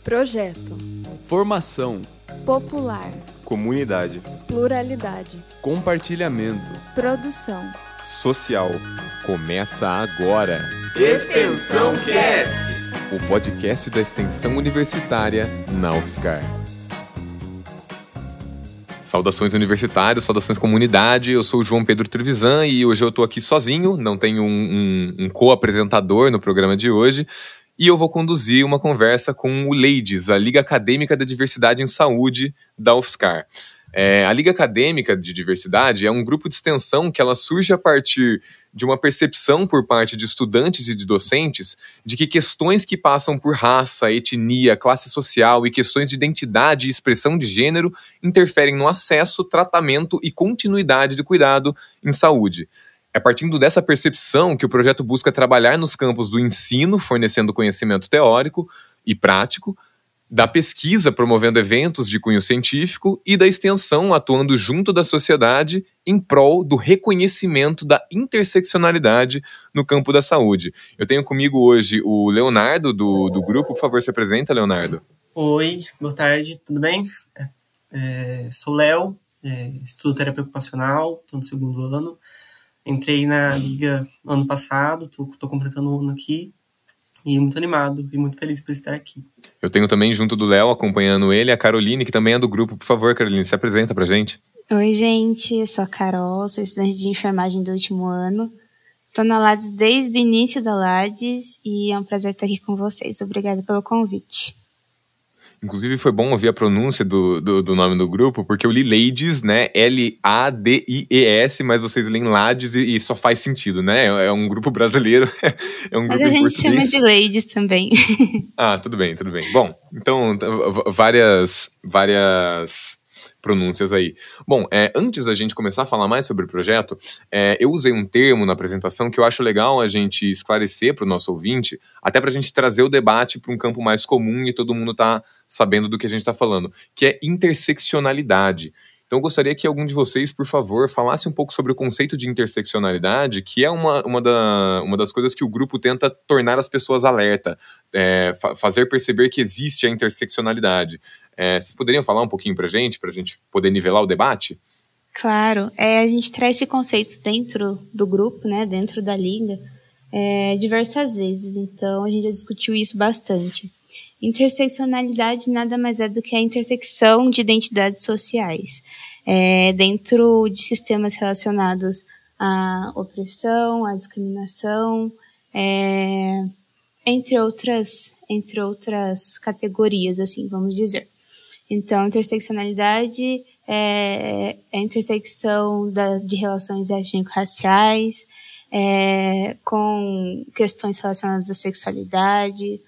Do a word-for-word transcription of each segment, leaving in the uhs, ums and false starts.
Projeto. Formação. Popular. Comunidade. Pluralidade. Compartilhamento. Produção. Social. Começa agora. Extensão Cast, o podcast da extensão universitária na UFSCar. Saudações universitários, saudações comunidade, eu sou o João Pedro Trevisan e hoje eu tô aqui sozinho, não tenho um, um, um co-apresentador no programa de hoje, e eu vou conduzir uma conversa com o LADES, a Liga Acadêmica da Diversidade em Saúde da UFSCar. É, a Liga Acadêmica de Diversidade é um grupo de extensão que ela surge a partir de uma percepção por parte de estudantes e de docentes de que questões que passam por raça, etnia, classe social e questões de identidade e expressão de gênero interferem no acesso, tratamento e continuidade de cuidado em saúde. É partindo dessa percepção que o projeto busca trabalhar nos campos do ensino, fornecendo conhecimento teórico e prático, da pesquisa, promovendo eventos de cunho científico, e da extensão, atuando junto da sociedade em prol do reconhecimento da interseccionalidade no campo da saúde. Eu tenho comigo hoje o Leonardo, do, do grupo. Por favor, se apresenta, Leonardo. Oi, boa tarde, tudo bem? É, sou Léo, é, estudo terapia ocupacional, estou no segundo ano. Entrei na Liga no ano passado, estou completando um ano aqui. E muito animado e muito feliz por estar aqui. Eu tenho também, junto do Léo, acompanhando ele, a Caroline, que também é do grupo. Por favor, Caroline, se apresenta pra gente. Oi, gente, eu sou a Carol, sou estudante de enfermagem do último ano. Estou na Lades desde o início da Lades e é um prazer estar aqui com vocês. Obrigada pelo convite. Inclusive, foi bom ouvir a pronúncia do, do, do nome do grupo, porque eu li LADES, né? L A D I E S, mas vocês leem Lades e, e só faz sentido, né? É, é um grupo brasileiro, é um mas grupo a gente português. Chama de LADES também. Ah, tudo bem, tudo bem. Bom, então, várias, várias pronúncias aí. Bom, é, antes da gente começar a falar mais sobre o projeto, é, eu usei um termo na apresentação que eu acho legal a gente esclarecer para o nosso ouvinte, até para a gente trazer o debate para um campo mais comum e todo mundo tá sabendo do que a gente está falando, que é interseccionalidade. Então eu gostaria que algum de vocês, por favor, falasse um pouco sobre o conceito de interseccionalidade, que é uma, uma, da, uma das coisas que o grupo tenta tornar as pessoas alerta, é, fa- fazer perceber que existe a interseccionalidade. É, vocês poderiam falar um pouquinho pra gente, pra gente poder nivelar o debate? Claro, é, a gente traz esse conceito dentro do grupo, né, dentro da Liga, é, diversas vezes, então a gente já discutiu isso bastante. Interseccionalidade nada mais é do que a intersecção de identidades sociais, é, dentro de sistemas relacionados à opressão, à discriminação, é, entre outras, entre outras categorias, assim, vamos dizer. Então, interseccionalidade é, é a intersecção das, de relações étnico-raciais, é, com questões relacionadas à sexualidade,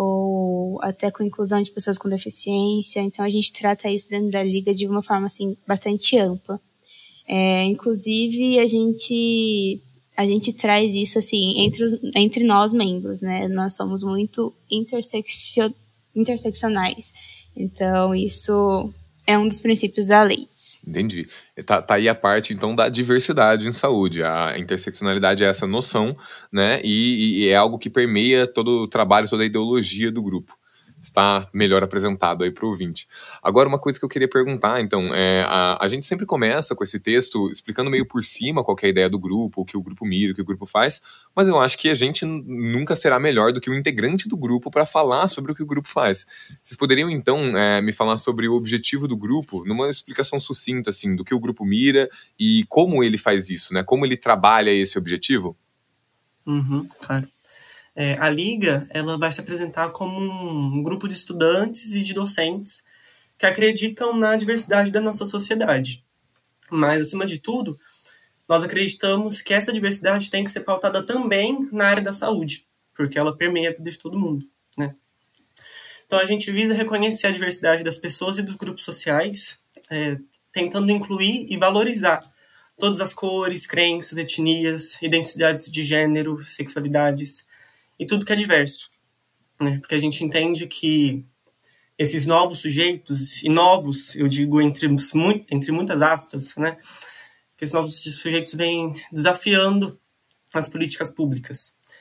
ou até com inclusão de pessoas com deficiência. Então, a gente trata isso dentro da Liga de uma forma, assim, bastante ampla. É, inclusive, a gente, a gente traz isso, assim, entre, os, entre nós membros, né? Nós somos muito interseccio, interseccionais. Então, isso é um dos princípios da lei. Entendi. Tá, tá aí a parte, então, da diversidade em saúde. A interseccionalidade é essa noção, né? E, e é algo que permeia todo o trabalho, toda a ideologia do grupo. Está melhor apresentado aí para o ouvinte. Agora, uma coisa que eu queria perguntar, então, é, a, a gente sempre começa com esse texto explicando meio por cima qual que é a ideia do grupo, o que o grupo mira, o que o grupo faz, mas eu acho que a gente nunca será melhor do que o integrante do grupo para falar sobre o que o grupo faz. Vocês poderiam, então, é, me falar sobre o objetivo do grupo, numa explicação sucinta, assim, do que o grupo mira e como ele faz isso, né? Como ele trabalha esse objetivo? Uhum, claro. É, a Liga ela vai se apresentar como um grupo de estudantes e de docentes que acreditam na diversidade da nossa sociedade. Mas, acima de tudo, nós acreditamos que essa diversidade tem que ser pautada também na área da saúde, porque ela permeia a vida de todo mundo, né? Então, a gente visa reconhecer a diversidade das pessoas e dos grupos sociais, é, tentando incluir e valorizar todas as cores, crenças, etnias, identidades de gênero, sexualidades, e tudo que é diverso, né? Porque a gente entende que esses novos sujeitos, e novos, eu digo entre, muito, entre muitas aspas, né? Que esses novos sujeitos vêm desafiando as políticas públicas.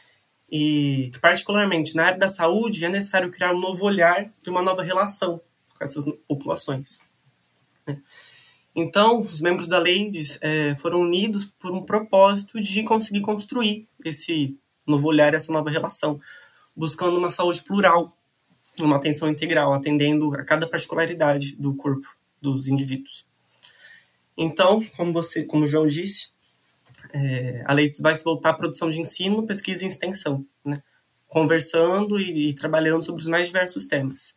E que, particularmente na área da saúde, é necessário criar um novo olhar e uma nova relação com essas populações. Né? Então, os membros da Ladies é, foram unidos por um propósito de conseguir construir esse novo olhar, essa nova relação, buscando uma saúde plural, uma atenção integral, atendendo a cada particularidade do corpo dos indivíduos. Então, como você, como o João disse, é, a Ladies vai se voltar à produção de ensino, pesquisa e extensão, né? Conversando e, e trabalhando sobre os mais diversos temas.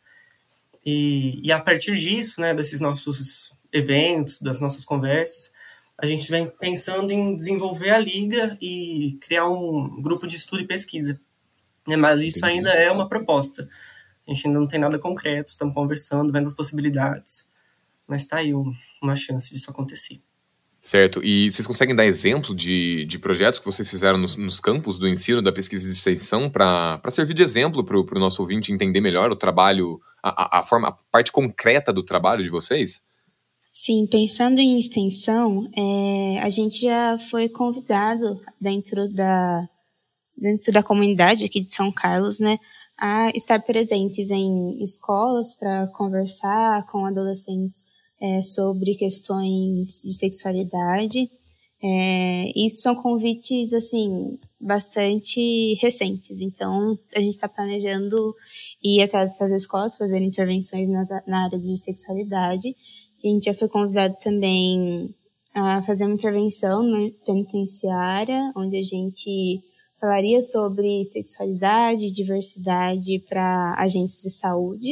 E, e a partir disso, né, desses nossos eventos, das nossas conversas, a gente vem pensando em desenvolver a Liga e criar um grupo de estudo e pesquisa. Né? Mas isso Entendi. ainda é uma proposta. A gente ainda não tem nada concreto, estamos conversando, vendo as possibilidades. Mas está aí um, uma chance disso acontecer. Certo. E vocês conseguem dar exemplo de, de projetos que vocês fizeram nos, nos campos do ensino, da pesquisa e extensão, para servir de exemplo para o nosso ouvinte entender melhor o trabalho, a, a, forma, a parte concreta do trabalho de vocês? Sim, pensando em extensão, é, a gente já foi convidado dentro da, dentro da comunidade aqui de São Carlos, né, a estar presentes em escolas para conversar com adolescentes é, sobre questões de sexualidade. É, isso são convites, assim, bastante recentes. Então, a gente está planejando ir até essas escolas, fazer intervenções nas, na área de sexualidade. A gente já foi convidado também a fazer uma intervenção na penitenciária, onde a gente falaria sobre sexualidade e diversidade para agentes de saúde.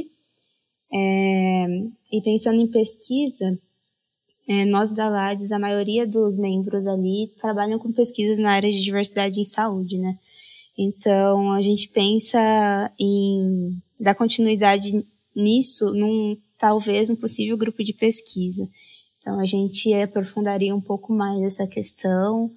É, e pensando em pesquisa, é, nós da Lades, a maioria dos membros ali trabalham com pesquisas na área de diversidade em saúde, né? Então, a gente pensa em dar continuidade nisso num, talvez, um possível grupo de pesquisa. Então, a gente aprofundaria um pouco mais essa questão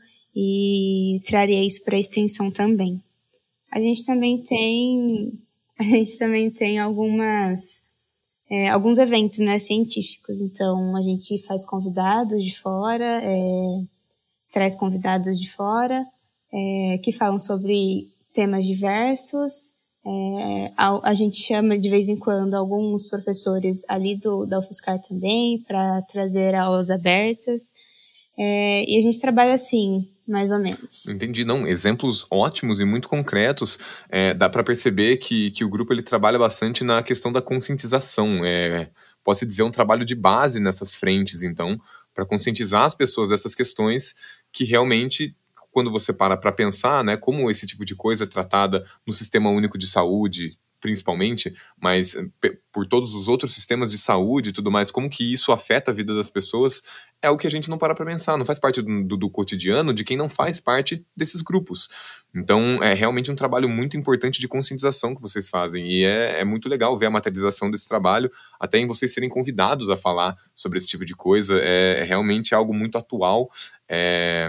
e traria isso para a extensão também. A gente também tem, a gente também tem algumas... É, alguns eventos, né, científicos. Então, a gente faz convidados de fora, é, traz convidados de fora, é, que falam sobre temas diversos. É, a, a gente chama, de vez em quando, alguns professores ali do, da UFSCar também, para trazer aulas abertas. É, e a gente trabalha assim, mais ou menos. Entendi, não, exemplos ótimos e muito concretos. É, dá para perceber que, que o grupo ele trabalha bastante na questão da conscientização. É, posso dizer, um trabalho de base nessas frentes, então, para conscientizar as pessoas dessas questões que realmente, quando você para para pensar, né, como esse tipo de coisa é tratada no Sistema Único de Saúde, principalmente, mas por todos os outros sistemas de saúde e tudo mais, como que isso afeta a vida das pessoas, é o que a gente não para para pensar, não faz parte do, do, do cotidiano de quem não faz parte desses grupos. Então, é realmente um trabalho muito importante de conscientização que vocês fazem, e é, é muito legal ver a materialização desse trabalho, até em vocês serem convidados a falar sobre esse tipo de coisa, é, é realmente algo muito atual, é,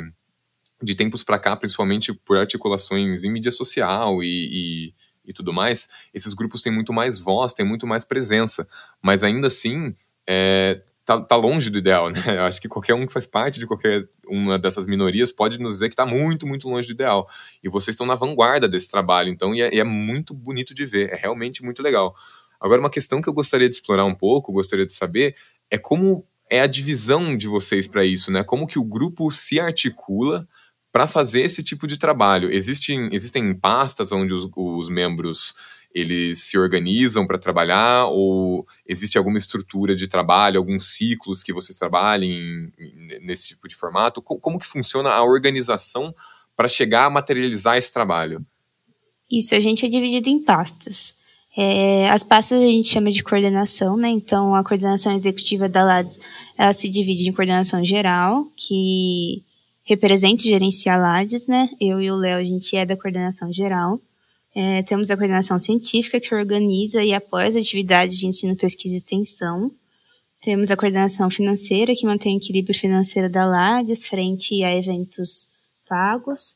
de tempos para cá, principalmente por articulações em mídia social e, e e tudo mais, esses grupos têm muito mais voz, têm muito mais presença, mas ainda assim é, tá, tá longe do ideal, né? Eu acho que qualquer um que faz parte de qualquer uma dessas minorias pode nos dizer que tá muito, muito longe do ideal, e vocês estão na vanguarda desse trabalho, então, e é, e é muito bonito de ver, é realmente muito legal. Agora, uma questão que eu gostaria de explorar um pouco, gostaria de saber, é como é a divisão de vocês para isso, né? Como que o grupo se articula para fazer esse tipo de trabalho. Existem, existem pastas onde os, os membros eles se organizam para trabalhar, ou existe alguma estrutura de trabalho, alguns ciclos que vocês trabalhem nesse tipo de formato? Como, como que funciona a organização para chegar a materializar esse trabalho? Isso, a gente é dividido em pastas. É, as pastas a gente chama de coordenação, né? Então, a coordenação executiva da Lades, ela se divide em coordenação geral, que representa e gerencia a Lades, né? Eu e o Léo, a gente é da coordenação geral. É, temos a coordenação científica, que organiza e apoia as atividades de ensino, pesquisa e extensão. Temos a coordenação financeira, que mantém o equilíbrio financeiro da Lades frente a eventos pagos.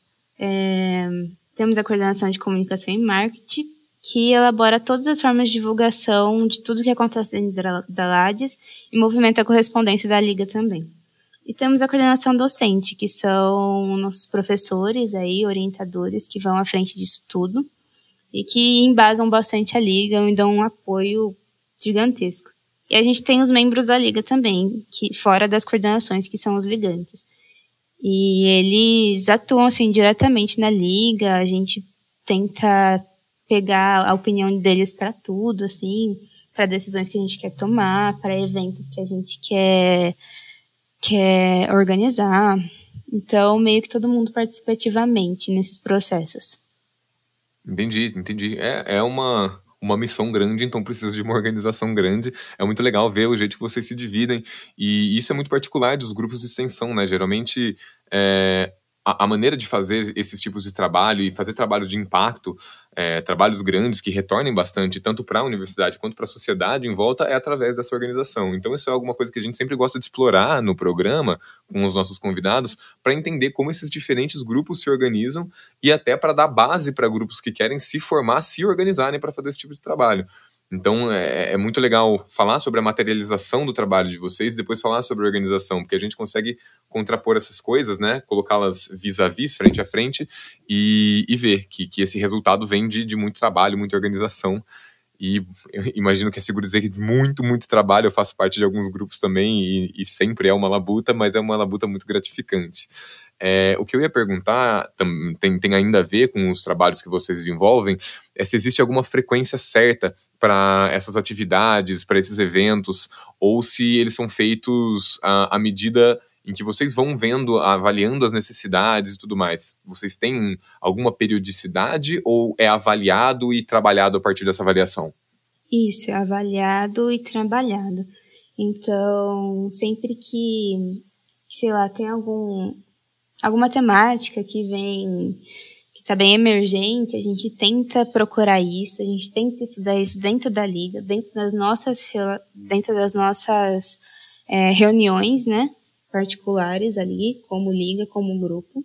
É, temos a coordenação de comunicação e marketing, que elabora todas as formas de divulgação de tudo que acontece dentro da Lades e movimenta a correspondência da Liga também. E temos a coordenação docente, que são nossos professores, aí, orientadores, que vão à frente disso tudo e que embasam bastante a Liga e dão um apoio gigantesco. E a gente tem os membros da Liga também, que fora das coordenações, que são os ligantes. E eles atuam, assim, diretamente na Liga, a gente tenta pegar a opinião deles para tudo, assim, para decisões que a gente quer tomar, para eventos que a gente quer, quer organizar. Então, meio que todo mundo participa ativamente nesses processos. Entendi, entendi. É, é uma, uma missão grande, então precisa de uma organização grande. É muito legal ver o jeito que vocês se dividem. E isso é muito particular dos grupos de extensão, né? Geralmente, é, a, a maneira de fazer esses tipos de trabalho e fazer trabalhos de impacto, é, trabalhos grandes que retornem bastante, tanto para a universidade quanto para a sociedade em volta, é através dessa organização. Então isso é alguma coisa que a gente sempre gosta de explorar no programa, com os nossos convidados, para entender como esses diferentes grupos se organizam e até para dar base para grupos que querem se formar, se organizarem para fazer esse tipo de trabalho. Então é, é muito legal falar sobre a materialização do trabalho de vocês e depois falar sobre a organização, porque a gente consegue contrapor essas coisas, né? Colocá-las vis-a-vis, frente a frente, e, e ver que, que esse resultado vem de, de muito trabalho, muita organização. E eu imagino que é seguro dizer que muito, muito trabalho. Eu faço parte de alguns grupos também e, e sempre é uma labuta, mas é uma labuta muito gratificante. É, o que eu ia perguntar tem, tem ainda a ver com os trabalhos que vocês desenvolvem, é se existe alguma frequência certa para essas atividades, para esses eventos, ou se eles são feitos à, à medida em que vocês vão vendo, avaliando as necessidades e tudo mais. Vocês têm alguma periodicidade ou é avaliado e trabalhado a partir dessa avaliação? Isso, é avaliado e trabalhado. Então, sempre que, sei lá, tem algum... alguma temática que vem, que está bem emergente, a gente tenta procurar isso, a gente tenta estudar isso dentro da Liga, dentro das nossas, dentro das nossas é, reuniões, né, particulares ali, como Liga, como grupo.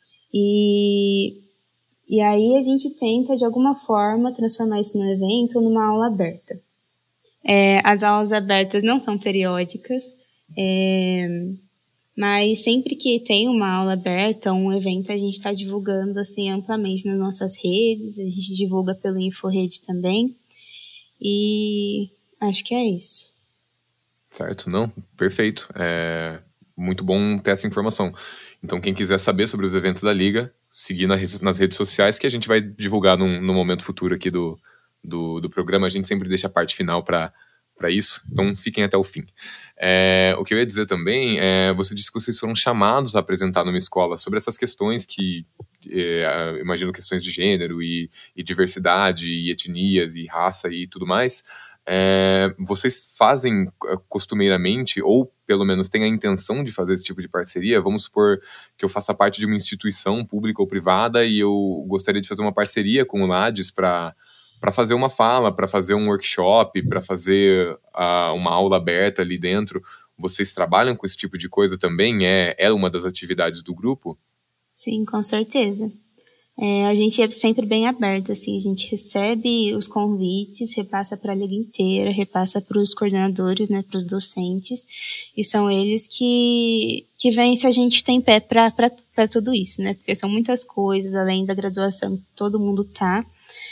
E, e aí a gente tenta, de alguma forma, transformar isso num evento ou numa aula aberta. É, as aulas abertas não são periódicas, é... mas sempre que tem uma aula aberta, um evento, a gente está divulgando assim, amplamente nas nossas redes, a gente divulga pelo InfoRede também, e acho que é isso. Certo, não, perfeito. É muito bom ter essa informação. Então, quem quiser saber sobre os eventos da Liga, seguir nas redes sociais, que a gente vai divulgar num, num momento futuro aqui do, do, do programa. A gente sempre deixa a parte final para para isso, então fiquem até o fim. É, o que eu ia dizer também é, você disse que vocês foram chamados a apresentar numa escola sobre essas questões que, é, imagino questões de gênero e, e diversidade, e etnias, e raça e tudo mais. É, vocês fazem costumeiramente, ou pelo menos têm a intenção de fazer esse tipo de parceria? Vamos supor que eu faça parte de uma instituição pública ou privada e eu gostaria de fazer uma parceria com o Lades para para fazer uma fala, para fazer um workshop, para fazer uh, uma aula aberta ali dentro. Vocês trabalham com esse tipo de coisa também? É, é uma das atividades do grupo? Sim, com certeza. É, a gente é sempre bem aberto, assim, a gente recebe os convites, repassa para a Liga inteira, repassa para os coordenadores, né, para os docentes, e são eles que, que veem se a gente tem pé para tudo isso, né, porque são muitas coisas, além da graduação, todo mundo tá.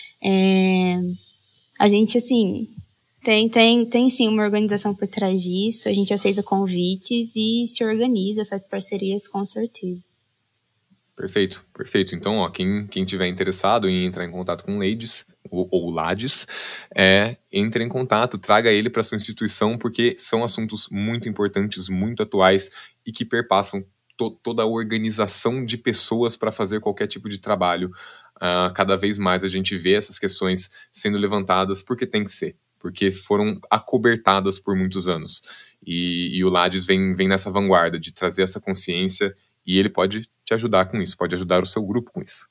É, a gente, assim, tem, tem, tem sim uma organização por trás disso, a gente aceita convites e se organiza, faz parcerias com certeza. Perfeito, perfeito. Então, ó, quem, quem tiver interessado em entrar em contato com o Lades, ou, ou Lades, é, entre em contato, traga ele para sua instituição, porque são assuntos muito importantes, muito atuais e que perpassam to, toda a organização de pessoas para fazer qualquer tipo de trabalho. Uh, cada vez mais a gente vê essas questões sendo levantadas porque tem que ser, porque foram acobertadas por muitos anos. E, e o Lades vem, vem nessa vanguarda de trazer essa consciência e ele pode te ajudar com isso, pode ajudar o seu grupo com isso.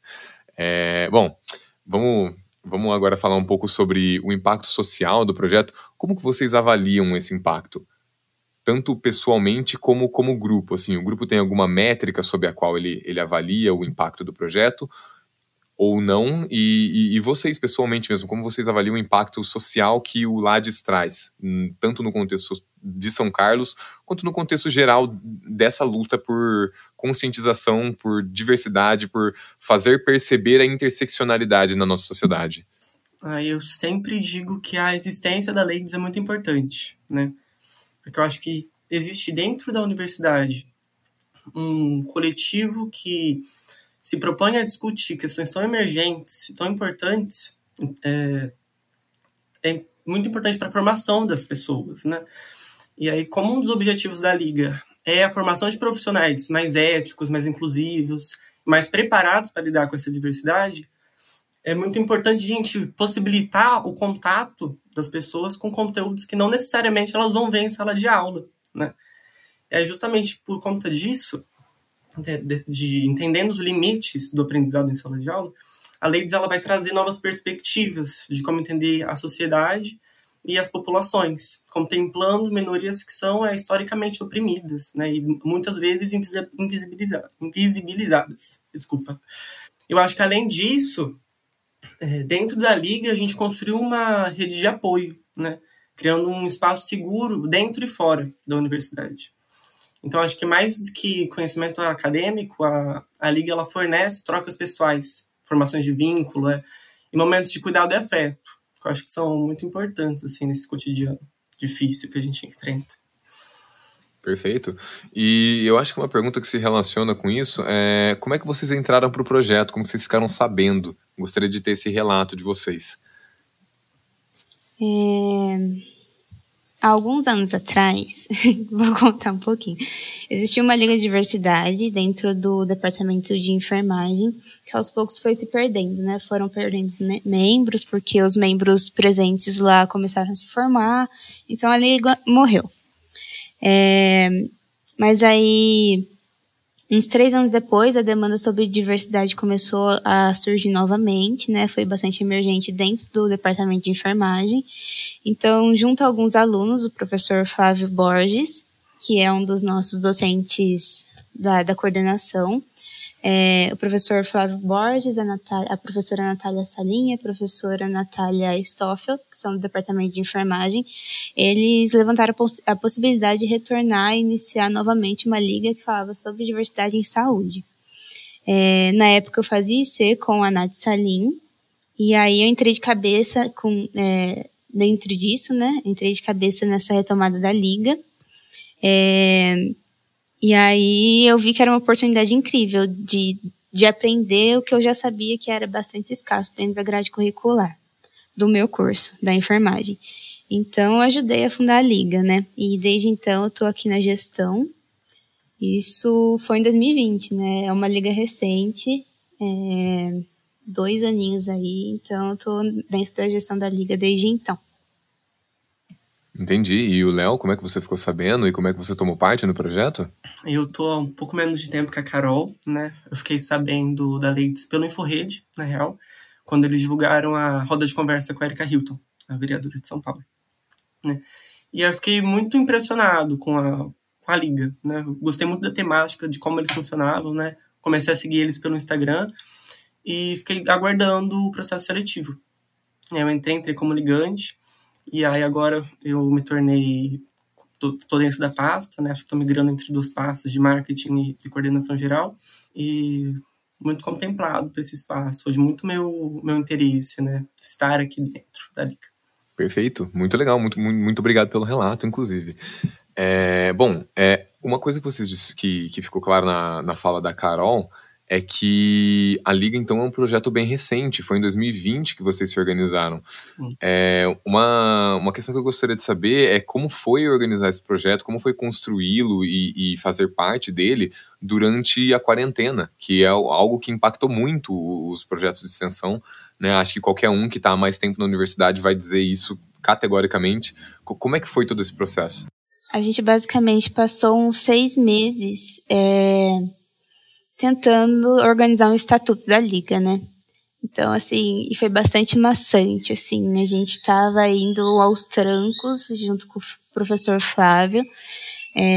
É, bom, vamos, vamos agora falar um pouco sobre o impacto social do projeto. Como que vocês avaliam esse impacto? Tanto pessoalmente como como grupo. Assim, o grupo tem alguma métrica sobre a qual ele, ele avalia o impacto do projeto? ou não, e, e, e vocês pessoalmente mesmo, como vocês avaliam o impacto social que o Lattes traz, tanto no contexto de São Carlos, quanto no contexto geral dessa luta por conscientização, por diversidade, por fazer perceber a interseccionalidade na nossa sociedade? Ah, eu sempre digo que a existência da Ladies é muito importante, né? Porque eu acho que existe dentro da universidade um coletivo que se propõe a discutir questões tão emergentes, tão importantes, é, é muito importante para a formação das pessoas, né? E aí, como um dos objetivos da Liga é a formação de profissionais mais éticos, mais inclusivos, mais preparados para lidar com essa diversidade, é muito importante a gente possibilitar o contato das pessoas com conteúdos que não necessariamente elas vão ver em sala de aula, né? É justamente por conta disso, de, de, de entendendo os limites do aprendizado em sala de aula, a Ladies ela vai trazer novas perspectivas de como entender a sociedade e as populações, contemplando minorias que são é, historicamente oprimidas, né, e muitas vezes invisibilizadas. invisibilizadas. Desculpa. Eu acho que, além disso, é, dentro da Liga, a gente construiu uma rede de apoio, né, criando um espaço seguro dentro e fora da universidade. Então, acho que mais do que conhecimento acadêmico, a, a Liga ela fornece trocas pessoais, formações de vínculo, é, e momentos de cuidado e afeto, que eu acho que são muito importantes assim, nesse cotidiano difícil que a gente enfrenta. Perfeito. E eu acho que uma pergunta que se relaciona com isso é como é que vocês entraram para o projeto, como vocês ficaram sabendo? Gostaria de ter esse relato de vocês. É... Há alguns anos atrás, vou contar um pouquinho, existia uma liga de diversidade dentro do departamento de enfermagem, que aos poucos foi se perdendo, né? Foram perdendo os me- membros, porque os membros presentes lá começaram a se formar, então a liga morreu. É, mas aí, uns três anos depois, a demanda sobre diversidade começou a surgir novamente, né? Foi bastante emergente dentro do departamento de enfermagem. Então, junto a alguns alunos, o professor Flávio Borges, que é um dos nossos docentes da, da coordenação, é, o professor Flávio Borges, a, Natália, a professora Natália Salinha, a professora Natália Stoffel, que são do departamento de enfermagem, eles levantaram a, poss- a possibilidade de retornar e iniciar novamente uma liga que falava sobre diversidade em saúde. É, na época eu fazia I C com a Nath Salim, e aí eu entrei de cabeça com, é, dentro disso, né? Entrei de cabeça nessa retomada da liga. É, e aí eu vi que era uma oportunidade incrível de, de aprender o que eu já sabia que era bastante escasso dentro da grade curricular do meu curso, da enfermagem. Então eu ajudei a fundar a liga, né? E desde então eu estou aqui na gestão. Isso foi em dois mil e vinte, né? É uma liga recente, é, dois aninhos aí, então eu estou dentro da gestão da liga desde então. Entendi. E o Léo, como é que você ficou sabendo e como é que você tomou parte no projeto? Eu tô há um pouco menos de tempo que a Carol, né? Eu fiquei sabendo da Ladies pelo InfoRede, na real, quando eles divulgaram a roda de conversa com a Erika Hilton, a vereadora de São Paulo, né? E eu fiquei muito impressionado com a, com a liga, né? Eu gostei muito da temática, de como eles funcionavam, né? Comecei a seguir eles pelo Instagram e fiquei aguardando o processo seletivo. Eu entrei, entrei como ligante, e aí agora eu me tornei, tô, tô dentro da pasta, né? Acho que tô migrando entre duas pastas de marketing e de coordenação geral, e muito contemplado por esse espaço, hoje muito meu, meu interesse, né? Estar aqui dentro da liga. Perfeito, muito legal, muito, muito, muito obrigado pelo relato, inclusive. É, bom, é, uma coisa que vocês disse, que, que ficou claro na, na fala da Carol é que a Liga, então, é um projeto bem recente, foi em dois mil e vinte que vocês se organizaram. É, uma, uma questão que eu gostaria de saber é como foi organizar esse projeto, como foi construí-lo e, e fazer parte dele durante a quarentena, que é algo que impactou muito os projetos de extensão, né? Acho que qualquer um que está há mais tempo na universidade vai dizer isso categoricamente. Como é que foi todo esse processo? A gente basicamente passou uns seis meses é, tentando organizar um estatuto da Liga, né? Então, assim, e foi bastante maçante, assim, a gente estava indo aos trancos junto com o professor Flávio,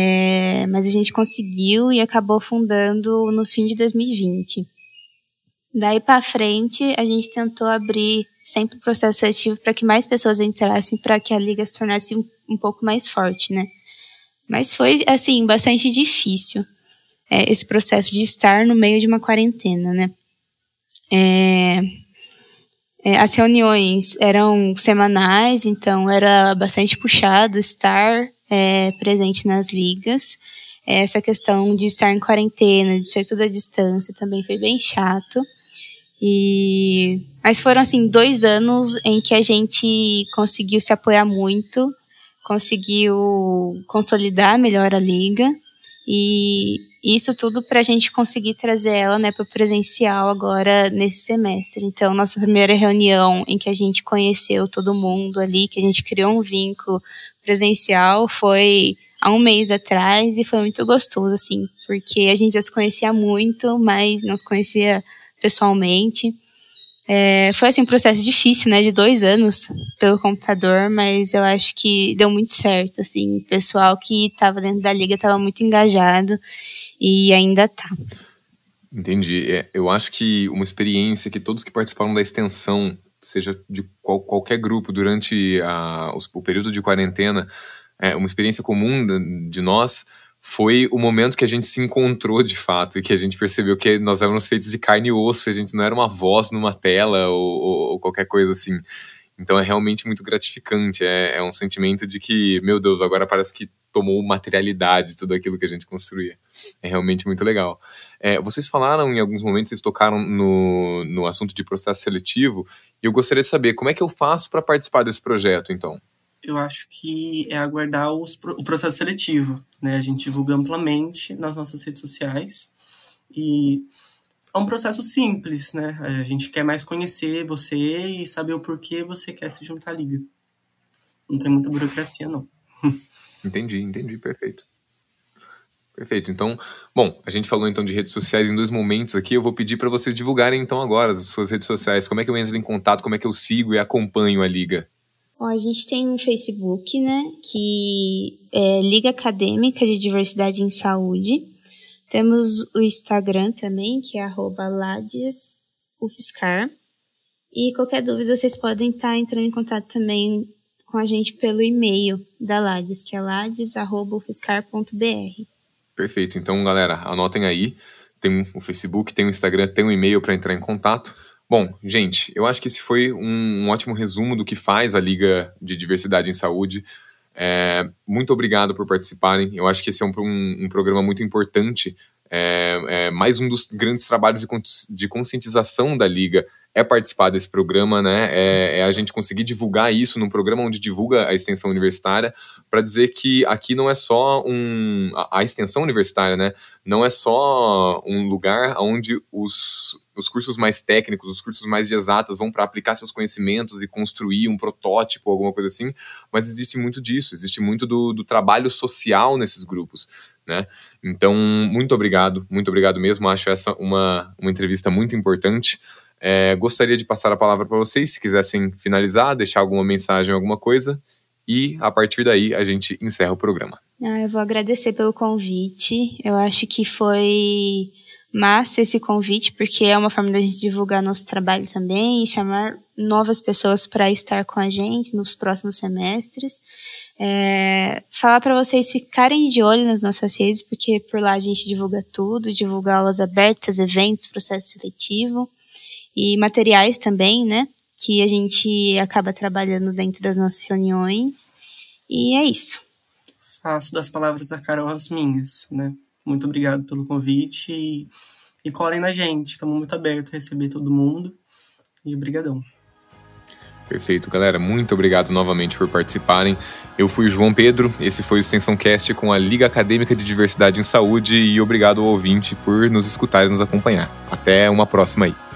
é, mas a gente conseguiu e acabou fundando no fim de dois mil e vinte. Daí para frente, a gente tentou abrir sempre o processo seletivo para que mais pessoas entrassem, para que a Liga se tornasse um, um pouco mais forte, né? Mas foi, assim, bastante difícil é, esse processo de estar no meio de uma quarentena, né? É, é, as reuniões eram semanais, então era bastante puxado estar é, presente nas ligas. Essa questão de estar em quarentena, de ser tudo à distância, também foi bem chato. E... Mas foram, assim, dois anos em que a gente conseguiu se apoiar muito, conseguiu consolidar melhor a liga, e isso tudo para a gente conseguir trazer ela, né, para o presencial agora nesse semestre. Então, nossa primeira reunião em que a gente conheceu todo mundo ali, que a gente criou um vínculo presencial, foi há um mês atrás, e foi muito gostoso, assim, porque a gente já se conhecia muito, mas não se conhecia pessoalmente. É, foi, assim, um processo difícil, né, de dois anos pelo computador, mas eu acho que deu muito certo, assim, o pessoal que estava dentro da liga estava muito engajado e ainda está. Entendi. É, eu acho que uma experiência que todos que participaram da extensão, seja de qual, qualquer grupo durante a, os, o período de quarentena, é, uma experiência comum de, de nós, foi o momento que a gente se encontrou de fato e que a gente percebeu que nós éramos feitos de carne e osso, a gente não era uma voz numa tela ou, ou, ou qualquer coisa assim. Então é realmente muito gratificante, é, é um sentimento de que, meu Deus, agora parece que tomou materialidade tudo aquilo que a gente construía. É realmente muito legal. É, vocês falaram em alguns momentos, vocês tocaram no, no assunto de processo seletivo, e eu gostaria de saber como é que eu faço para participar desse projeto, então? Eu acho que é aguardar os, o processo seletivo, né? A gente divulga amplamente nas nossas redes sociais e é um processo simples, né? A gente quer mais conhecer você e saber o porquê você quer se juntar à liga. Não tem muita burocracia, não. Entendi, entendi, perfeito. Perfeito, então, bom, a gente falou então de redes sociais em dois momentos aqui, eu vou pedir para vocês divulgarem então agora as suas redes sociais, como é que eu entro em contato, como é que eu sigo e acompanho a liga? Bom, a gente tem um Facebook, né, que é Liga Acadêmica de Diversidade em Saúde. Temos o Instagram também, que é arroba ladesufscar. E qualquer dúvida, vocês podem estar entrando em contato também com a gente pelo e-mail da Lades, que é lades arroba ufscar ponto b r. Perfeito, então galera, anotem aí. Tem o Facebook, tem o Instagram, tem o e-mail para entrar em contato. Bom, gente, eu acho que esse foi um, um ótimo resumo do que faz a Liga de Diversidade em Saúde. É, muito obrigado por participarem. Eu acho que esse é um, um, um programa muito importante. É, é, mais um dos grandes trabalhos de, de conscientização da Liga é participar desse programa, né? É, é a gente conseguir divulgar isso num programa onde divulga a extensão universitária, para dizer que aqui não é só um... A, a extensão universitária, né? Não é só um lugar onde os, os cursos mais técnicos, os cursos mais de exatas vão para aplicar seus conhecimentos e construir um protótipo, alguma coisa assim, mas existe muito disso, existe muito do, do trabalho social nesses grupos, né? Então, muito obrigado, muito obrigado mesmo. Acho essa uma, uma entrevista muito importante. É, gostaria de passar a palavra para vocês, se quisessem finalizar, deixar alguma mensagem, alguma coisa, e a partir daí a gente encerra o programa. Ah, eu vou agradecer pelo convite. Eu acho que foi massa esse convite, porque é uma forma da gente divulgar nosso trabalho também e chamar novas pessoas para estar com a gente nos próximos semestres. É, falar para vocês ficarem de olho nas nossas redes, porque por lá a gente divulga tudo, divulga aulas abertas, eventos, processo seletivo e materiais também, né, que a gente acaba trabalhando dentro das nossas reuniões. E é isso. Faço das palavras da Carol as minhas, né? Muito obrigado pelo convite e, e colhem na gente. Estamos muito abertos a receber todo mundo. E obrigadão. Perfeito, galera. Muito obrigado novamente por participarem. Eu fui o João Pedro, esse foi o Extensão Cast com a Liga Acadêmica de Diversidade em Saúde e obrigado ao ouvinte por nos escutar e nos acompanhar. Até uma próxima aí.